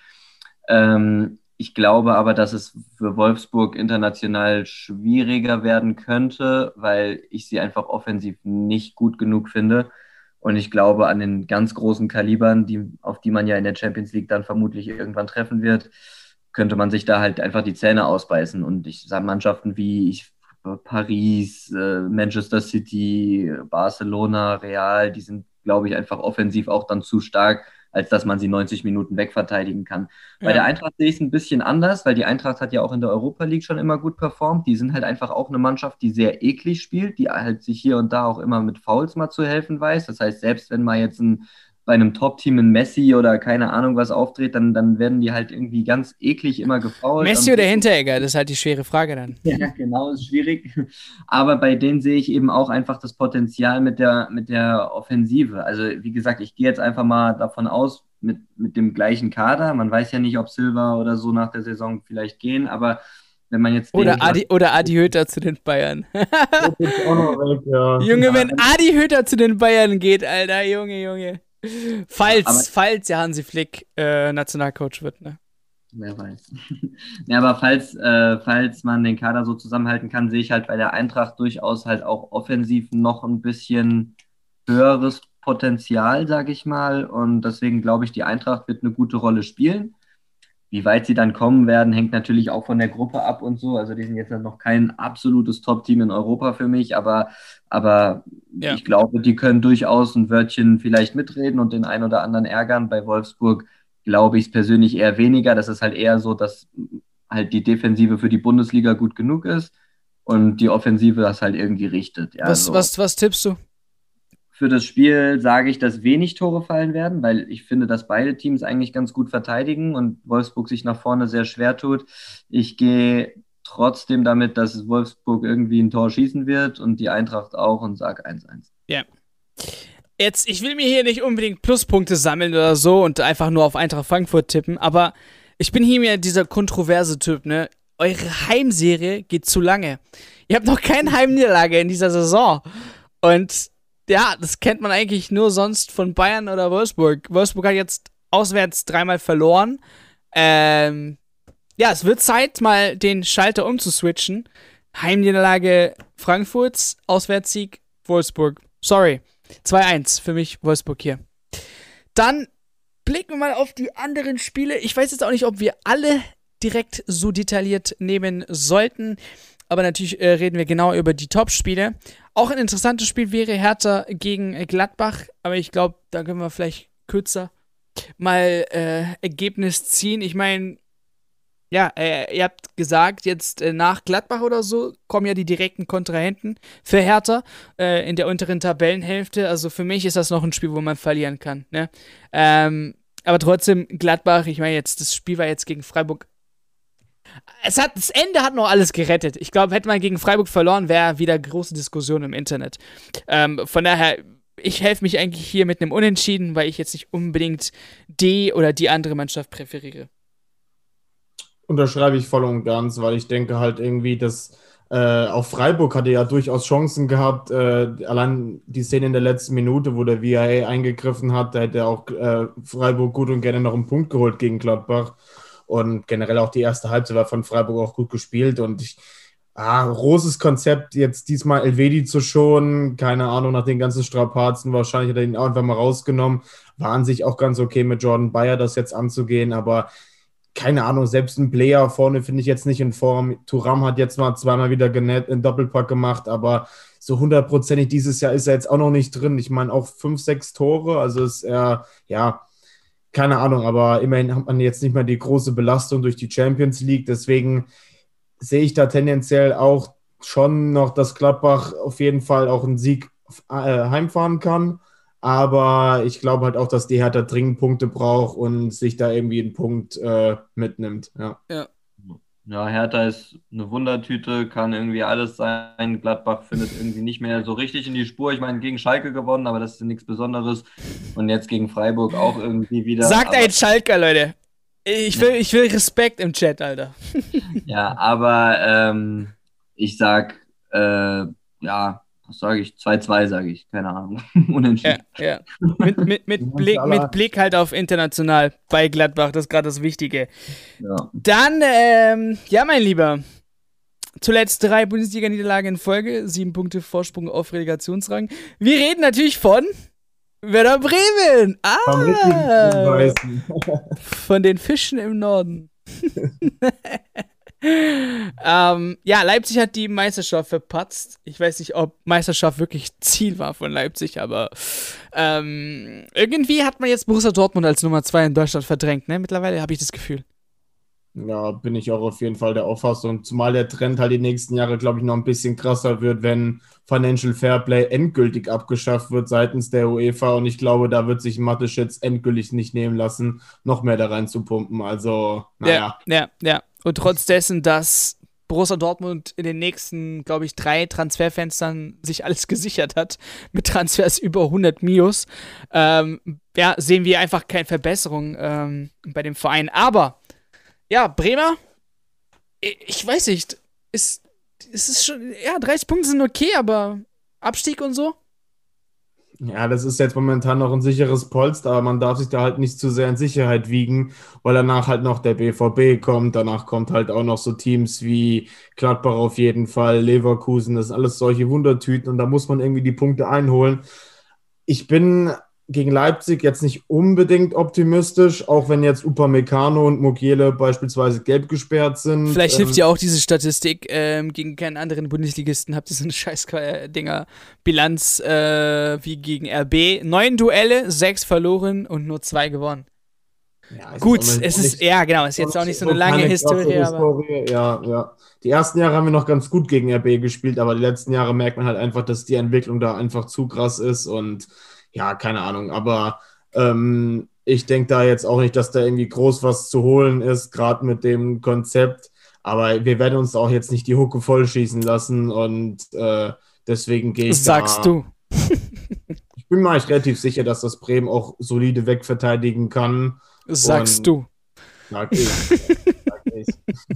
Ähm, Ich glaube aber, dass es für Wolfsburg international schwieriger werden könnte, weil ich sie einfach offensiv nicht gut genug finde. Und ich glaube, an den ganz großen Kalibern, die, auf die man ja in der Champions League dann vermutlich irgendwann treffen wird, könnte man sich da halt einfach die Zähne ausbeißen. Und ich sage Mannschaften wie ich, Paris, äh, Manchester City, Barcelona, Real, die sind, glaube ich, einfach offensiv auch dann zu stark, als dass man sie neunzig Minuten wegverteidigen kann. Ja. Bei der Eintracht sehe ich es ein bisschen anders, weil die Eintracht hat ja auch in der Europa League schon immer gut performt. Die sind halt einfach auch eine Mannschaft, die sehr eklig spielt, die halt sich hier und da auch immer mit Fouls mal zu helfen weiß. Das heißt, selbst wenn mal jetzt ein, bei einem Top-Team ein Messi oder keine Ahnung was auftritt, dann, dann werden die halt irgendwie ganz eklig immer gefoult. Messi oder Hinteregger, das ist halt die schwere Frage dann. Ja, genau, ist schwierig. Aber bei denen sehe ich eben auch einfach das Potenzial mit der, mit der Offensive. Also wie gesagt, ich gehe jetzt einfach mal davon aus, mit, mit dem gleichen Kader. Man weiß ja nicht, ob Silva oder so nach der Saison vielleicht gehen, aber wenn man jetzt... Oder Adi, oder Adi Hütter zu den Bayern. auch noch weg, ja. Junge, wenn Adi Hütter zu den Bayern geht, Alter, Junge, Junge. Falls, aber, falls ja Hansi Flick äh, Nationalcoach wird, ne? Wer weiß. Ja, aber falls, äh, falls man den Kader so zusammenhalten kann, sehe ich halt bei der Eintracht durchaus halt auch offensiv noch ein bisschen höheres Potenzial, sage ich mal. Und deswegen glaube ich, die Eintracht wird eine gute Rolle spielen. Wie weit sie dann kommen werden, hängt natürlich auch von der Gruppe ab und so. Also die sind jetzt noch kein absolutes Top-Team in Europa für mich, aber, aber ja. Ich glaube, die können durchaus ein Wörtchen vielleicht mitreden und den einen oder anderen ärgern. Bei Wolfsburg glaube ich es persönlich eher weniger. Das ist halt eher so, dass halt die Defensive für die Bundesliga gut genug ist und die Offensive das halt irgendwie richtet. Ja, was, so. was, was tippst du? Für das Spiel sage ich, dass wenig Tore fallen werden, weil ich finde, dass beide Teams eigentlich ganz gut verteidigen und Wolfsburg sich nach vorne sehr schwer tut. Ich gehe trotzdem damit, dass Wolfsburg irgendwie ein Tor schießen wird und die Eintracht auch und sage eins eins. Ja. Jetzt, ich will mir hier nicht unbedingt Pluspunkte sammeln oder so und einfach nur auf Eintracht Frankfurt tippen, aber ich bin hier mir dieser kontroverse Typ, ne? Eure Heimserie geht zu lange. Ihr habt noch keine Heimniederlage in dieser Saison. Und ja, das kennt man eigentlich nur sonst von Bayern oder Wolfsburg. Wolfsburg hat jetzt auswärts dreimal verloren. Ähm, ja, es wird Zeit, mal den Schalter umzuswitchen. Heimniederlage Frankfurts, Auswärtssieg Wolfsburg. Sorry, zwei eins für mich Wolfsburg hier. Dann blicken wir mal auf die anderen Spiele. Ich weiß jetzt auch nicht, ob wir alle direkt so detailliert nehmen sollten. Aber natürlich äh, reden wir genau über die Top-Spiele. Auch ein interessantes Spiel wäre Hertha gegen Gladbach. Aber ich glaube, da können wir vielleicht kürzer mal äh, Ergebnis ziehen. Ich meine, ja, äh, ihr habt gesagt, jetzt äh, nach Gladbach oder so kommen ja die direkten Kontrahenten für Hertha äh, in der unteren Tabellenhälfte. Also für mich ist das noch ein Spiel, wo man verlieren kann. Ne? Ähm, aber trotzdem, Gladbach, ich meine jetzt, das Spiel war jetzt gegen Freiburg. Es hat, das Ende hat noch alles gerettet. Ich glaube, hätte man gegen Freiburg verloren, wäre wieder große Diskussion im Internet. Ähm, von daher, ich helfe mich eigentlich hier mit einem Unentschieden, weil ich jetzt nicht unbedingt die oder die andere Mannschaft präferiere. Unterschreibe ich voll und ganz, weil ich denke halt irgendwie, dass äh, auch Freiburg hatte ja durchaus Chancen gehabt. Äh, allein die Szene in der letzten Minute, wo der V A A eingegriffen hat, da hätte auch äh, Freiburg gut und gerne noch einen Punkt geholt gegen Gladbach. Und generell auch die erste Halbzeit war von Freiburg auch gut gespielt. Und ich, ah, großes Konzept, jetzt diesmal Elvedi zu schonen. Keine Ahnung, nach den ganzen Strapazen, wahrscheinlich hat er ihn auch einfach mal rausgenommen. War an sich auch ganz okay mit Jordan Bayer, das jetzt anzugehen, aber keine Ahnung, selbst ein Player vorne finde ich jetzt nicht in Form. Thuram hat jetzt mal zweimal wieder genetzt, einen Doppelpack gemacht, aber so hundertprozentig dieses Jahr ist er jetzt auch noch nicht drin. Ich meine auch fünf, sechs Tore, also ist er, ja, keine Ahnung, aber immerhin hat man jetzt nicht mehr die große Belastung durch die Champions League, deswegen sehe ich da tendenziell auch schon noch, dass Gladbach auf jeden Fall auch einen Sieg äh, heimfahren kann. Aber ich glaube halt auch, dass die Hertha dringend Punkte braucht und sich da irgendwie einen Punkt äh, mitnimmt. Ja. Ja. ja, Hertha ist eine Wundertüte, kann irgendwie alles sein. Gladbach findet irgendwie nicht mehr so richtig in die Spur. Ich meine, gegen Schalke gewonnen, aber das ist nichts Besonderes. Und jetzt gegen Freiburg auch irgendwie wieder. Sagt ein Schalker, Leute. Ich will, ich will Respekt im Chat, Alter. Ja, aber ähm, ich sag, äh, ja, was sage ich? zwei zwei sage ich, keine Ahnung. Unentschieden. Ja, ja. Mit, mit, mit, Blick, mit Blick halt auf international bei Gladbach, das ist gerade das Wichtige. Ja. Dann, ähm, ja, mein Lieber, zuletzt drei Bundesliga-Niederlagen in Folge, sieben Punkte Vorsprung auf Relegationsrang. Wir reden natürlich von Werder Bremen. Ah! Von den Fischen im Norden. ähm, ja, Leipzig hat die Meisterschaft verpatzt. Ich weiß nicht, ob Meisterschaft wirklich Ziel war von Leipzig, aber ähm, irgendwie hat man jetzt Borussia Dortmund als Nummer zwei in Deutschland verdrängt, ne? Mittlerweile habe ich das Gefühl. Ja, bin ich auch auf jeden Fall der Auffassung. Zumal der Trend halt die nächsten Jahre, glaube ich, noch ein bisschen krasser wird, wenn Financial Fairplay endgültig abgeschafft wird seitens der UEFA. Und ich glaube, da wird sich Mateschitz endgültig nicht nehmen lassen, noch mehr da rein zu pumpen. Also, naja. Ja, ja, ja. Und trotz dessen, dass Borussia Dortmund in den nächsten, glaube ich, drei Transferfenstern sich alles gesichert hat, mit Transfers über hundert Mios, ähm, ja, sehen wir einfach keine Verbesserung ähm, bei dem Verein. Aber ja, Bremer, ich weiß nicht, ist, ist es schon, ja, dreißig Punkte sind okay, aber Abstieg und so? Ja, das ist jetzt momentan noch ein sicheres Polster, aber man darf sich da halt nicht zu sehr in Sicherheit wiegen, weil danach halt noch der B V B kommt, danach kommt halt auch noch so Teams wie Gladbach auf jeden Fall, Leverkusen, das sind alles solche Wundertüten und da muss man irgendwie die Punkte einholen. Ich bin gegen Leipzig jetzt nicht unbedingt optimistisch, auch wenn jetzt Upamecano und Mukiele beispielsweise gelb gesperrt sind. Vielleicht ähm, hilft ja auch diese Statistik ähm, gegen keinen anderen Bundesligisten. Habt ihr so eine scheiß Dinger Bilanz äh, wie gegen R B. Neun Duelle, sechs verloren und nur zwei gewonnen. Ja, Gut, es ist, nicht, ja genau, es ist jetzt auch nicht so eine lange Historie, aber ja, ja. Die ersten Jahre haben wir noch ganz gut gegen R B gespielt, aber die letzten Jahre merkt man halt einfach, dass die Entwicklung da einfach zu krass ist und ja, keine Ahnung, aber ähm, ich denke da jetzt auch nicht, dass da irgendwie groß was zu holen ist, gerade mit dem Konzept, aber wir werden uns auch jetzt nicht die Hucke vollschießen lassen und äh, deswegen gehe ich Sagst da... du. Ich bin mir eigentlich relativ sicher, dass das Bremen auch solide wegverteidigen kann. Sagst und du. Sag ich. Sag ich.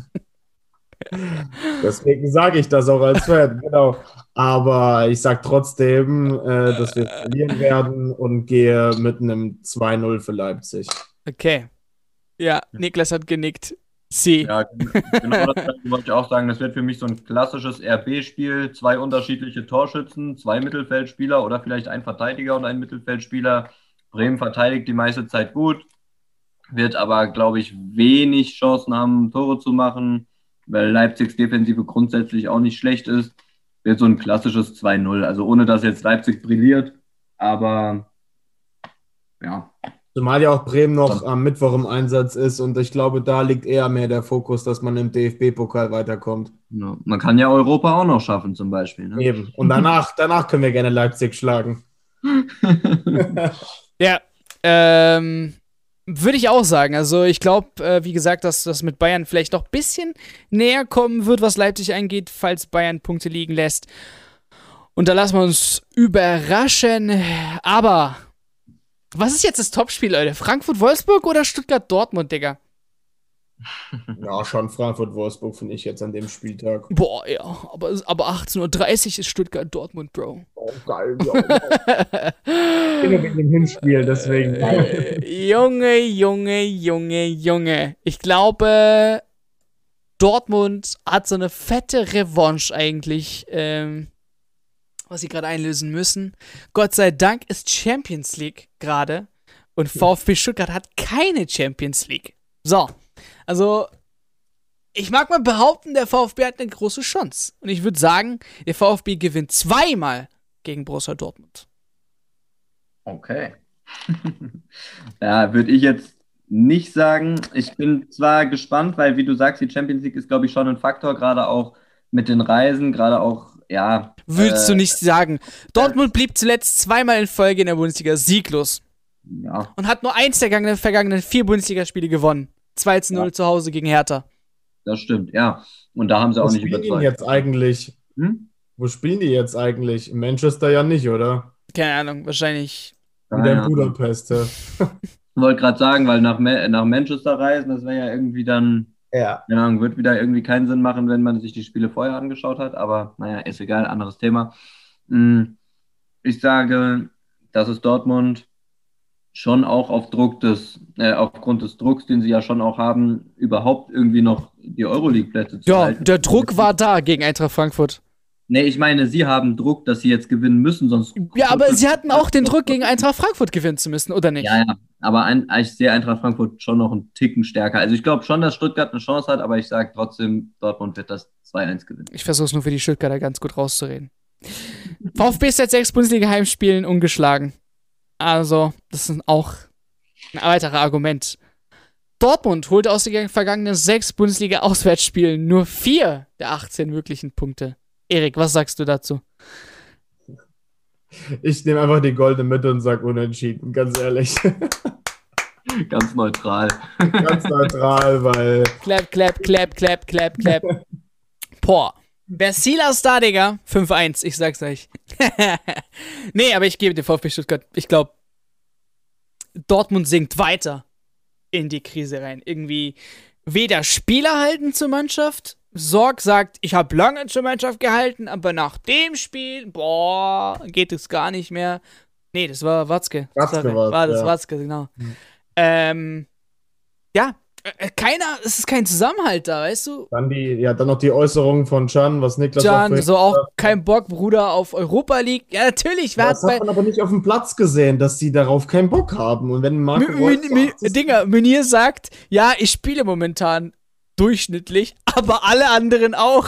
Deswegen sage ich das auch als Fan, genau. Aber ich sage trotzdem, äh, dass wir verlieren werden und gehe mit einem zwei null für Leipzig. Okay. Ja, Niklas hat genickt. Sie. Ja, genau das wollte ich auch sagen. Das wird für mich so ein klassisches R B-Spiel. Zwei unterschiedliche Torschützen, zwei Mittelfeldspieler oder vielleicht ein Verteidiger und ein Mittelfeldspieler. Bremen verteidigt die meiste Zeit gut, wird aber, glaube ich, wenig Chancen haben, Tore zu machen, weil Leipzigs Defensive grundsätzlich auch nicht schlecht ist. Wird so ein klassisches zwei null. Also ohne, dass jetzt Leipzig brilliert, aber ja. Zumal ja auch Bremen noch am Mittwoch im Einsatz ist und ich glaube, da liegt eher mehr der Fokus, dass man im D F B-Pokal weiterkommt. Ja, man kann ja Europa auch noch schaffen zum Beispiel. Ne? Eben. Und danach, danach können wir gerne Leipzig schlagen. Ja, ähm, würde ich auch sagen. Also ich glaube, äh, wie gesagt, dass das mit Bayern vielleicht noch ein bisschen näher kommen wird, was Leipzig angeht, falls Bayern Punkte liegen lässt. Und da lassen wir uns überraschen. Aber was ist jetzt das Topspiel, Leute? Frankfurt-Wolfsburg oder Stuttgart-Dortmund, Digga? Ja, schon Frankfurt-Wolfsburg finde ich jetzt an dem Spieltag. Boah, ja. Aber, aber achtzehn Uhr dreißig ist Stuttgart-Dortmund, Bro. Oh, geil, ja. Immer wegen dem Hinspiel, deswegen. Äh, Junge, Junge, Junge, Junge. Ich glaube, Dortmund hat so eine fette Revanche eigentlich, ähm, was sie gerade einlösen müssen. Gott sei Dank ist Champions League gerade und VfB Stuttgart hat keine Champions League. So, also ich mag mal behaupten, der VfB hat eine große Chance. Und ich würde sagen, der VfB gewinnt zweimal gegen Borussia Dortmund. Okay. Ja, würde ich jetzt nicht sagen. Ich bin zwar gespannt, weil, wie du sagst, die Champions League ist, glaube ich, schon ein Faktor, gerade auch mit den Reisen, gerade auch, ja. Würdest äh, du nicht sagen. Dortmund blieb zuletzt zweimal in Folge in der Bundesliga sieglos. Ja. Und hat nur eins der vergangenen, vergangenen vier Bundesligaspiele gewonnen. zwei zu null ja. Zu Hause gegen Hertha. Das stimmt, ja. Und da haben sie Wo auch nicht spielen überzeugt. Die jetzt eigentlich? Hm? Wo spielen die jetzt eigentlich? In Manchester ja nicht, oder? Keine Ahnung, wahrscheinlich. Wieder in Budapest. Ich wollte gerade sagen, weil nach, Ma- nach Manchester reisen, das wäre ja irgendwie dann, ja, keine Ahnung, wird wieder irgendwie keinen Sinn machen, wenn man sich die Spiele vorher angeschaut hat, aber naja, ist egal, anderes Thema. Ich sage, dass es Dortmund schon auch auf Druck des, äh, aufgrund des Drucks, den sie ja schon auch haben, überhaupt irgendwie noch die Euroleague-Plätze zu ja, halten. Ja, der Druck war da gegen Eintracht Frankfurt. Nee, ich meine, sie haben Druck, dass sie jetzt gewinnen müssen, sonst... Ja, aber sie hatten auch den Druck, gegen Eintracht Frankfurt gewinnen zu müssen, oder nicht? Ja, ja, aber ein, ich sehe Eintracht Frankfurt schon noch einen Ticken stärker. Also ich glaube schon, dass Stuttgart eine Chance hat, aber ich sage trotzdem, Dortmund wird das zwei eins gewinnen. Ich versuche es nur für die Stuttgarter ganz gut rauszureden. VfB ist seit sechs Bundesliga-Heimspielen ungeschlagen. Also, das ist auch ein weiteres Argument. Dortmund holt aus den vergangenen sechs Bundesliga-Auswärtsspielen nur vier der achtzehn möglichen Punkte. Erik, was sagst du dazu? Ich nehme einfach die goldene Mitte und sage unentschieden, ganz ehrlich. Ganz neutral. Ganz neutral, weil... Clap, clap, clap, clap, clap, clap. Boah. Wer Silas da, Digga? fünf eins, ich sag's euch. Nee, aber ich gebe dem VfB Stuttgart, ich glaube, Dortmund sinkt weiter in die Krise rein. Irgendwie weder Spieler halten zur Mannschaft. Sorg sagt, ich habe lange zur Mannschaft gehalten, aber nach dem Spiel, boah, geht es gar nicht mehr. Nee, das war Watzke. Watzke war, war das ja. Watzke, genau. Mhm. Ähm, ja, keiner, es ist kein Zusammenhalt da, weißt du? Dann die, ja, dann noch die Äußerungen von Can, was Niklas Can, auch so auch kein Bock, Bruder, auf Europa League. Ja, natürlich. Wer das hat hat bei man aber nicht auf dem Platz gesehen, dass die darauf keinen Bock haben. Und wenn Marco M- Reus M- M- sagt, Dinger, Meunier sagt, ja, ich spiele momentan durchschnittlich, aber alle anderen auch.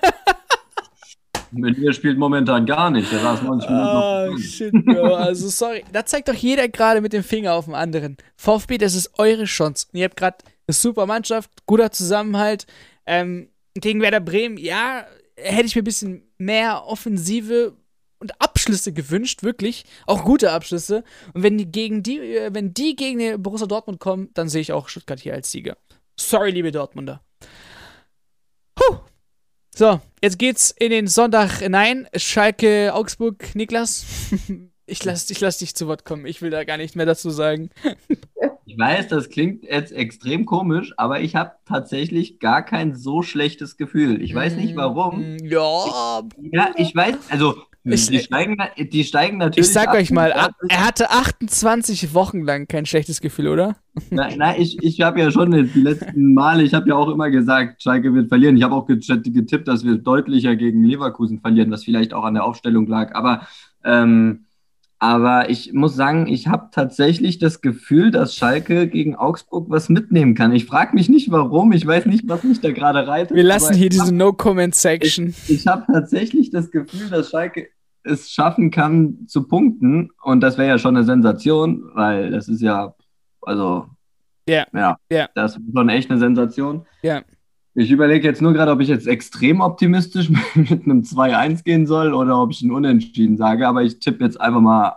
Meunier spielt momentan gar nicht. Der saß neunzig Minuten Ah, auf dem shit, Bro. Also, sorry. Da zeigt doch jeder gerade mit dem Finger auf den anderen. VfB, das ist eure Chance. Und ihr habt gerade eine super Mannschaft, guter Zusammenhalt. Ähm, gegen Werder Bremen, ja, hätte ich mir ein bisschen mehr Offensive und Abschlüsse gewünscht, wirklich. Auch gute Abschlüsse. Und wenn die gegen die, äh, wenn die gegen den Borussia Dortmund kommen, dann sehe ich auch Stuttgart hier als Sieger. Sorry, liebe Dortmunder. Puh. So, jetzt geht's in den Sonntag hinein. Schalke, Augsburg, Niklas. Ich lass, ich lass dich zu Wort kommen. Ich will da gar nicht mehr dazu sagen. Ich weiß, das klingt jetzt extrem komisch, aber ich habe tatsächlich gar kein so schlechtes Gefühl. Ich weiß nicht warum. Ja, Ja, ich weiß, also Ich- die, steigen, die steigen natürlich. ich sag ab. euch mal, er hatte achtundzwanzig Wochen lang kein schlechtes Gefühl, oder? Nein, nein, ich, ich habe ja schon die letzten Male, ich habe ja auch immer gesagt, Schalke wird verlieren. Ich habe auch getippt, dass wir deutlicher gegen Leverkusen verlieren, was vielleicht auch an der Aufstellung lag. Aber, ähm, aber ich muss sagen, ich habe tatsächlich das Gefühl, dass Schalke gegen Augsburg was mitnehmen kann. Ich frage mich nicht, warum. Ich weiß nicht, was mich da gerade reitet. Wir lassen aber hier ich diese hab- No-Comment-Section. Ich, ich habe tatsächlich das Gefühl, dass Schalke es schaffen kann zu punkten. Und das wäre ja schon eine Sensation, weil das ist ja, also, Ja. ja, Ja. das ist schon echt eine Sensation. Ja. Ich überlege jetzt nur gerade, ob ich jetzt extrem optimistisch mit einem zwei eins gehen soll oder ob ich ein Unentschieden sage. Aber ich tippe jetzt einfach mal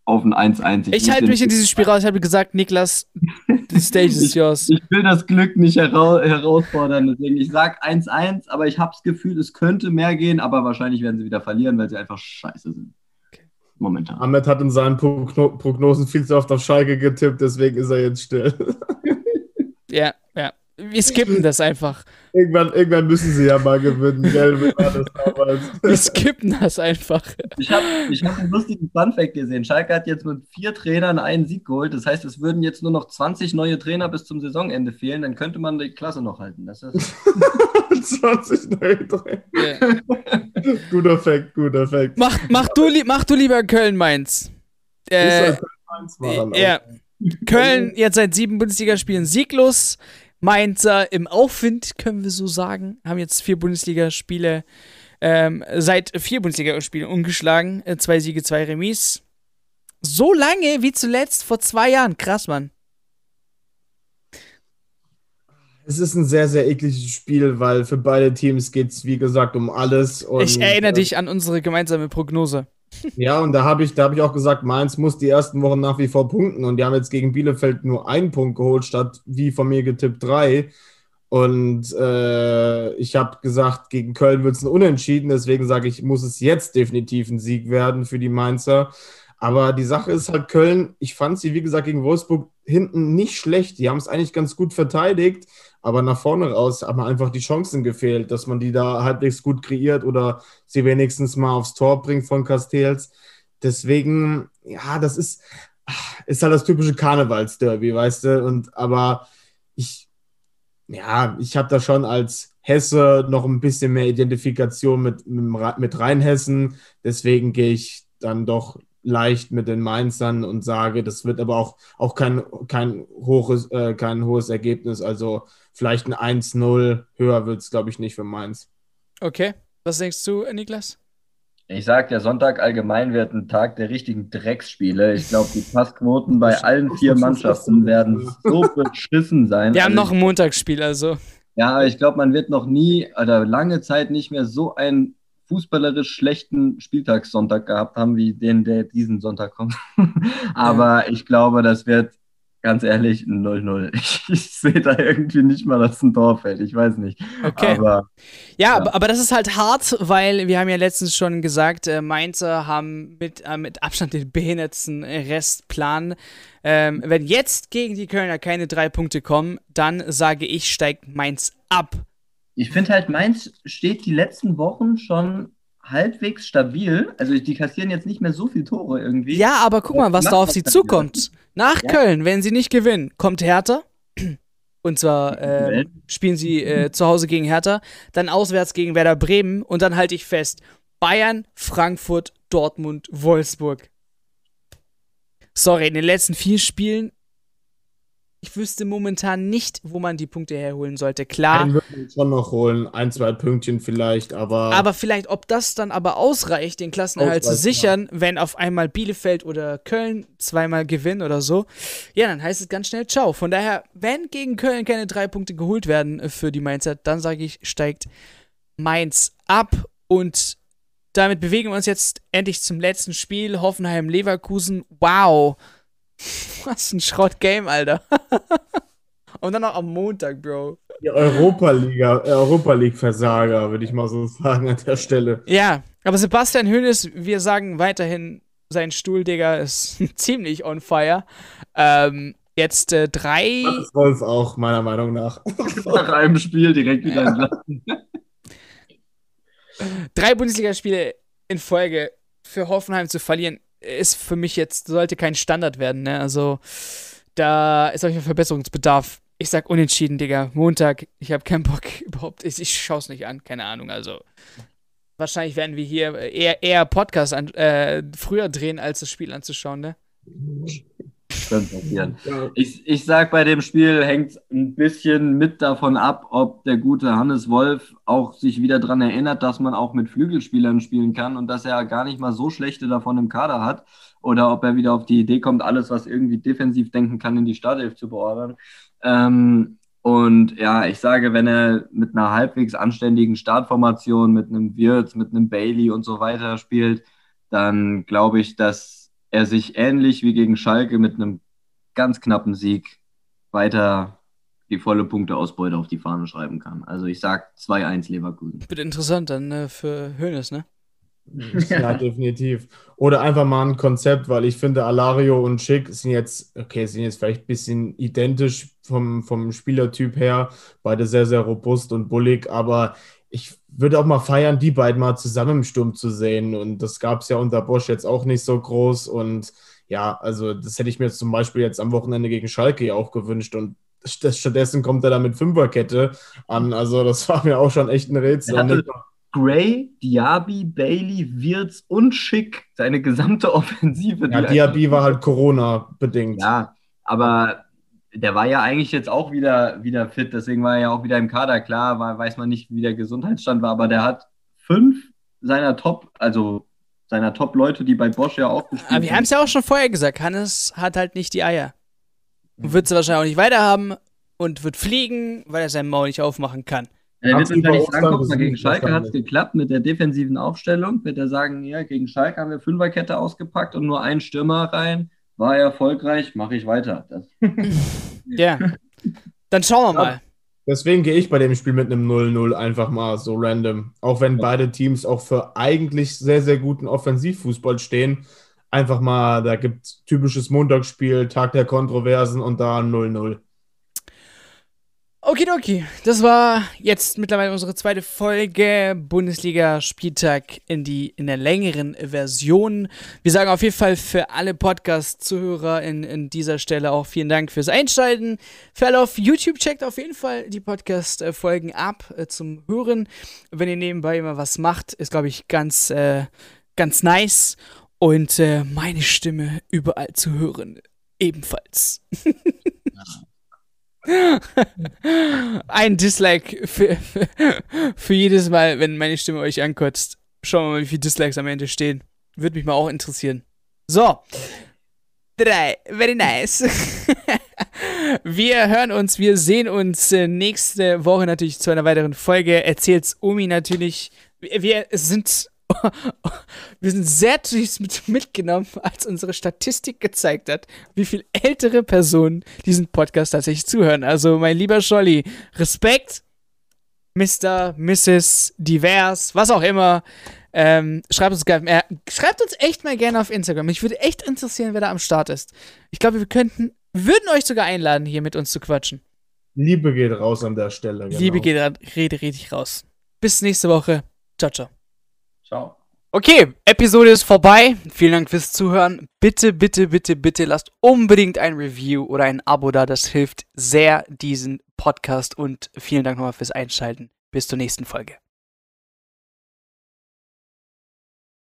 auf ein eins eins. Ich, ich halte mich in dieses Spiel raus. Ich habe gesagt, Niklas, the stage is yours. Ich, ich will das Glück nicht hera- herausfordern, deswegen ich sage eins eins, aber ich habe das Gefühl, es könnte mehr gehen, aber wahrscheinlich werden sie wieder verlieren, weil sie einfach scheiße sind. Okay. Momentan. Ahmed hat in seinen Progno- Prognosen viel zu oft auf Schalke getippt, deswegen ist er jetzt still. Ja, ja. Wir skippen das einfach. Irgendwann, irgendwann müssen sie ja mal gewinnen, gell? Wie war das damals? Wir skippen das einfach. Ich habe ich hab einen lustigen Funfact gesehen. Schalke hat jetzt mit vier Trainern einen Sieg geholt. Das heißt, es würden jetzt nur noch zwanzig neue Trainer bis zum Saisonende fehlen. Dann könnte man die Klasse noch halten. Das ist zwanzig neue Trainer. Yeah. Guter Fact, guter Fact. Mach, mach, du, li- mach du lieber Köln-Mainz. Äh, ja. Köln jetzt seit sieben Bundesligaspielen sieglos. Mainzer im Aufwind, können wir so sagen. Haben jetzt vier Bundesligaspiele, ähm, seit vier Bundesligaspielen ungeschlagen. Äh, zwei Siege, zwei Remis. So lange wie zuletzt vor zwei Jahren. Krass, Mann. Es ist ein sehr, sehr ekliges Spiel, weil für beide Teams geht es, wie gesagt, um alles. Und, ich erinnere äh, dich an unsere gemeinsame Prognose. Ja, und da habe ich, da hab ich auch gesagt, Mainz muss die ersten Wochen nach wie vor punkten. Und die haben jetzt gegen Bielefeld nur einen Punkt geholt, statt wie von mir getippt drei. Und äh, ich habe gesagt, gegen Köln wird es ein Unentschieden. Deswegen sage ich, muss es jetzt definitiv ein Sieg werden für die Mainzer. Aber die Sache ist halt, Köln, ich fand sie, wie gesagt, gegen Wolfsburg hinten nicht schlecht. Die haben es eigentlich ganz gut verteidigt, aber nach vorne raus haben einfach die Chancen gefehlt, dass man die da halbwegs gut kreiert oder sie wenigstens mal aufs Tor bringt von Castells. Deswegen, ja, das ist, ist halt das typische Karnevalsderby, weißt du? Und aber ich, ja, ich habe da schon als Hesse noch ein bisschen mehr Identifikation mit, mit, mit Rheinhessen. Deswegen gehe ich dann doch leicht mit den Mainzern und sage, das wird aber auch, auch kein, kein, hohes, äh, kein hohes Ergebnis. Also vielleicht ein eins null, höher wird es, glaube ich, nicht für Mainz. Okay, was denkst du, Niklas? Ich sag, der Sonntag allgemein wird ein Tag der richtigen Drecksspiele. Ich glaube, die Passquoten bei allen vier Mannschaften werden so beschissen sein. Wir haben also noch ein Montagsspiel, also. Ja, aber ich glaube, man wird noch nie oder lange Zeit nicht mehr so einen fußballerisch schlechten Spieltagssonntag gehabt haben, wie den, der diesen Sonntag kommt. Aber ja. Ich glaube, das wird, ganz ehrlich, ein null null. Ich, ich sehe da irgendwie nicht mal, dass ein Tor fällt. Ich weiß nicht. Okay. Aber, ja, ja. Aber, aber das ist halt hart, weil wir haben ja letztens schon gesagt, äh, Mainzer haben mit, äh, mit Abstand den behindertsten Restplan. Ähm, wenn jetzt gegen die Kölner keine drei Punkte kommen, dann sage ich, steigt Mainz ab. Ich finde halt, Mainz steht die letzten Wochen schon halbwegs stabil. Also die kassieren jetzt nicht mehr so viele Tore irgendwie. Ja, aber guck mal, was da auf sie zukommt. Nach ja. Köln, wenn sie nicht gewinnen, kommt Hertha. Und zwar äh, spielen sie äh, zu Hause gegen Hertha, dann auswärts gegen Werder Bremen und dann halte ich fest, Bayern, Frankfurt, Dortmund, Wolfsburg. Sorry, in den letzten vier Spielen ich wüsste momentan nicht, wo man die Punkte herholen sollte. Klar. Einen würde man schon noch holen, ein, zwei Pünktchen vielleicht, aber... Aber vielleicht, ob das dann aber ausreicht, den Klassenerhalt zu sichern, ja. wenn auf einmal Bielefeld oder Köln zweimal gewinnen oder so, ja, dann heißt es ganz schnell ciao. Von daher, wenn gegen Köln keine drei Punkte geholt werden für die Mainzer, dann sage ich, steigt Mainz ab und damit bewegen wir uns jetzt endlich zum letzten Spiel. Hoffenheim-Leverkusen. Wow. Was ein Schrott-Game, Alter. Und dann noch am Montag, Bro. Die Europa-Liga, äh, Europa League-Versager, würde ich mal so sagen an der Stelle. Ja, aber Sebastian Hoeneß, wir sagen weiterhin, sein Stuhl, Digga, ist ziemlich on fire. Ähm, jetzt äh, drei... Das ist Wolf auch, meiner Meinung nach. Nach einem Spiel direkt wieder entlassen. Drei Bundesligaspiele in Folge für Hoffenheim zu verlieren, ist für mich jetzt, sollte kein Standard werden, ne? Also, da ist auf jeden Fall Verbesserungsbedarf. Ich sag unentschieden, Digga. Montag, ich hab keinen Bock überhaupt. Ich, ich schau's nicht an, keine Ahnung. Also, wahrscheinlich werden wir hier eher, eher Podcast an, äh, früher drehen, als das Spiel anzuschauen, ne? Kann passieren. Ich, ich sag, bei dem Spiel hängt ein bisschen mit davon ab, ob der gute Hannes Wolf auch sich wieder daran erinnert, dass man auch mit Flügelspielern spielen kann und dass er gar nicht mal so schlechte davon im Kader hat oder ob er wieder auf die Idee kommt, alles, was irgendwie defensiv denken kann, in die Startelf zu beordern. Ähm, und ja, ich sage, wenn er mit einer halbwegs anständigen Startformation, mit einem Wirtz, mit einem Bailey und so weiter spielt, dann glaube ich, dass er sich ähnlich wie gegen Schalke mit einem ganz knappen Sieg weiter die volle Punkteausbeute auf die Fahne schreiben kann. Also ich sag zwei eins Leverkusen. Wird interessant dann äh, für Hoeneß, ne? Ja, definitiv. Oder einfach mal ein Konzept, weil ich finde, Alario und Schick sind jetzt, okay, sind jetzt vielleicht ein bisschen identisch vom, vom Spielertyp her, beide sehr, sehr robust und bullig, aber ich würde auch mal feiern, die beiden mal zusammen im Sturm zu sehen, und das gab es ja unter Bosch jetzt auch nicht so groß, und ja, also das hätte ich mir jetzt zum Beispiel jetzt am Wochenende gegen Schalke ja auch gewünscht, und das, stattdessen kommt er da mit Fünferkette an, also das war mir auch schon echt ein Rätsel. Er hatte Gray, Diaby, Bailey, Wirtz und Schick, seine gesamte Offensive. Ja, Diaby war halt Corona-bedingt. Ja, aber der war ja eigentlich jetzt auch wieder, wieder fit, deswegen war er ja auch wieder im Kader. Klar, war, weiß man nicht, wie der Gesundheitsstand war, aber der hat fünf seiner Top, also seiner Top-Leute, die bei Bosch ja auch gespielt haben. Aber wir haben es ja auch schon vorher gesagt, Hannes hat halt nicht die Eier. Und wird sie wahrscheinlich auch nicht weiterhaben und wird fliegen, weil er sein Maul nicht aufmachen kann. Er wird wahrscheinlich sagen, guck mal, gegen Schalke hat es geklappt mit der defensiven Aufstellung. Wird er sagen, ja, gegen Schalke haben wir Fünferkette ausgepackt und nur einen Stürmer rein. War erfolgreich, mache ich weiter. Das ja, dann schauen wir mal. Deswegen gehe ich bei dem Spiel mit einem null null einfach mal so random. Auch wenn beide Teams auch für eigentlich sehr, sehr guten Offensivfußball stehen. Einfach mal, da gibt es typisches Montagsspiel, Tag der Kontroversen und da null null. Okidoki, das war jetzt mittlerweile unsere zweite Folge Bundesliga-Spieltag in, die, in der längeren Version. Wir sagen auf jeden Fall für alle Podcast-Zuhörer in, in dieser Stelle auch vielen Dank fürs Einschalten. Für alle auf YouTube, checkt auf jeden Fall die Podcast-Folgen ab äh, zum Hören. Wenn ihr nebenbei immer was macht, ist, glaube ich, ganz, äh, ganz nice. Und äh, meine Stimme überall zu hören, ebenfalls. Ein Dislike für, für, für jedes Mal, wenn meine Stimme euch ankotzt. Schauen wir mal, wie viele Dislikes am Ende stehen. Würde mich mal auch interessieren. So. Drei. Very nice. Wir hören uns, wir sehen uns nächste Woche natürlich zu einer weiteren Folge. Erzählt's Omi natürlich. Wir sind... Wir sind sehr mit, mitgenommen, als unsere Statistik gezeigt hat, wie viel ältere Personen diesen Podcast tatsächlich zuhören. Also, mein lieber Scholli, Respekt, Mister, Misses, Divers, was auch immer. Ähm, schreibt uns, äh, schreibt uns echt mal gerne auf Instagram. Mich würde echt interessieren, wer da am Start ist. Ich glaube, wir könnten, wir würden euch sogar einladen, hier mit uns zu quatschen. Liebe geht raus an der Stelle. Genau. Liebe geht rede richtig raus. Bis nächste Woche. Ciao, ciao. Ciao. Okay, Episode ist vorbei. Vielen Dank fürs Zuhören. Bitte, bitte, bitte, bitte lasst unbedingt ein Review oder ein Abo da. Das hilft sehr diesen Podcast und vielen Dank nochmal fürs Einschalten. Bis zur nächsten Folge.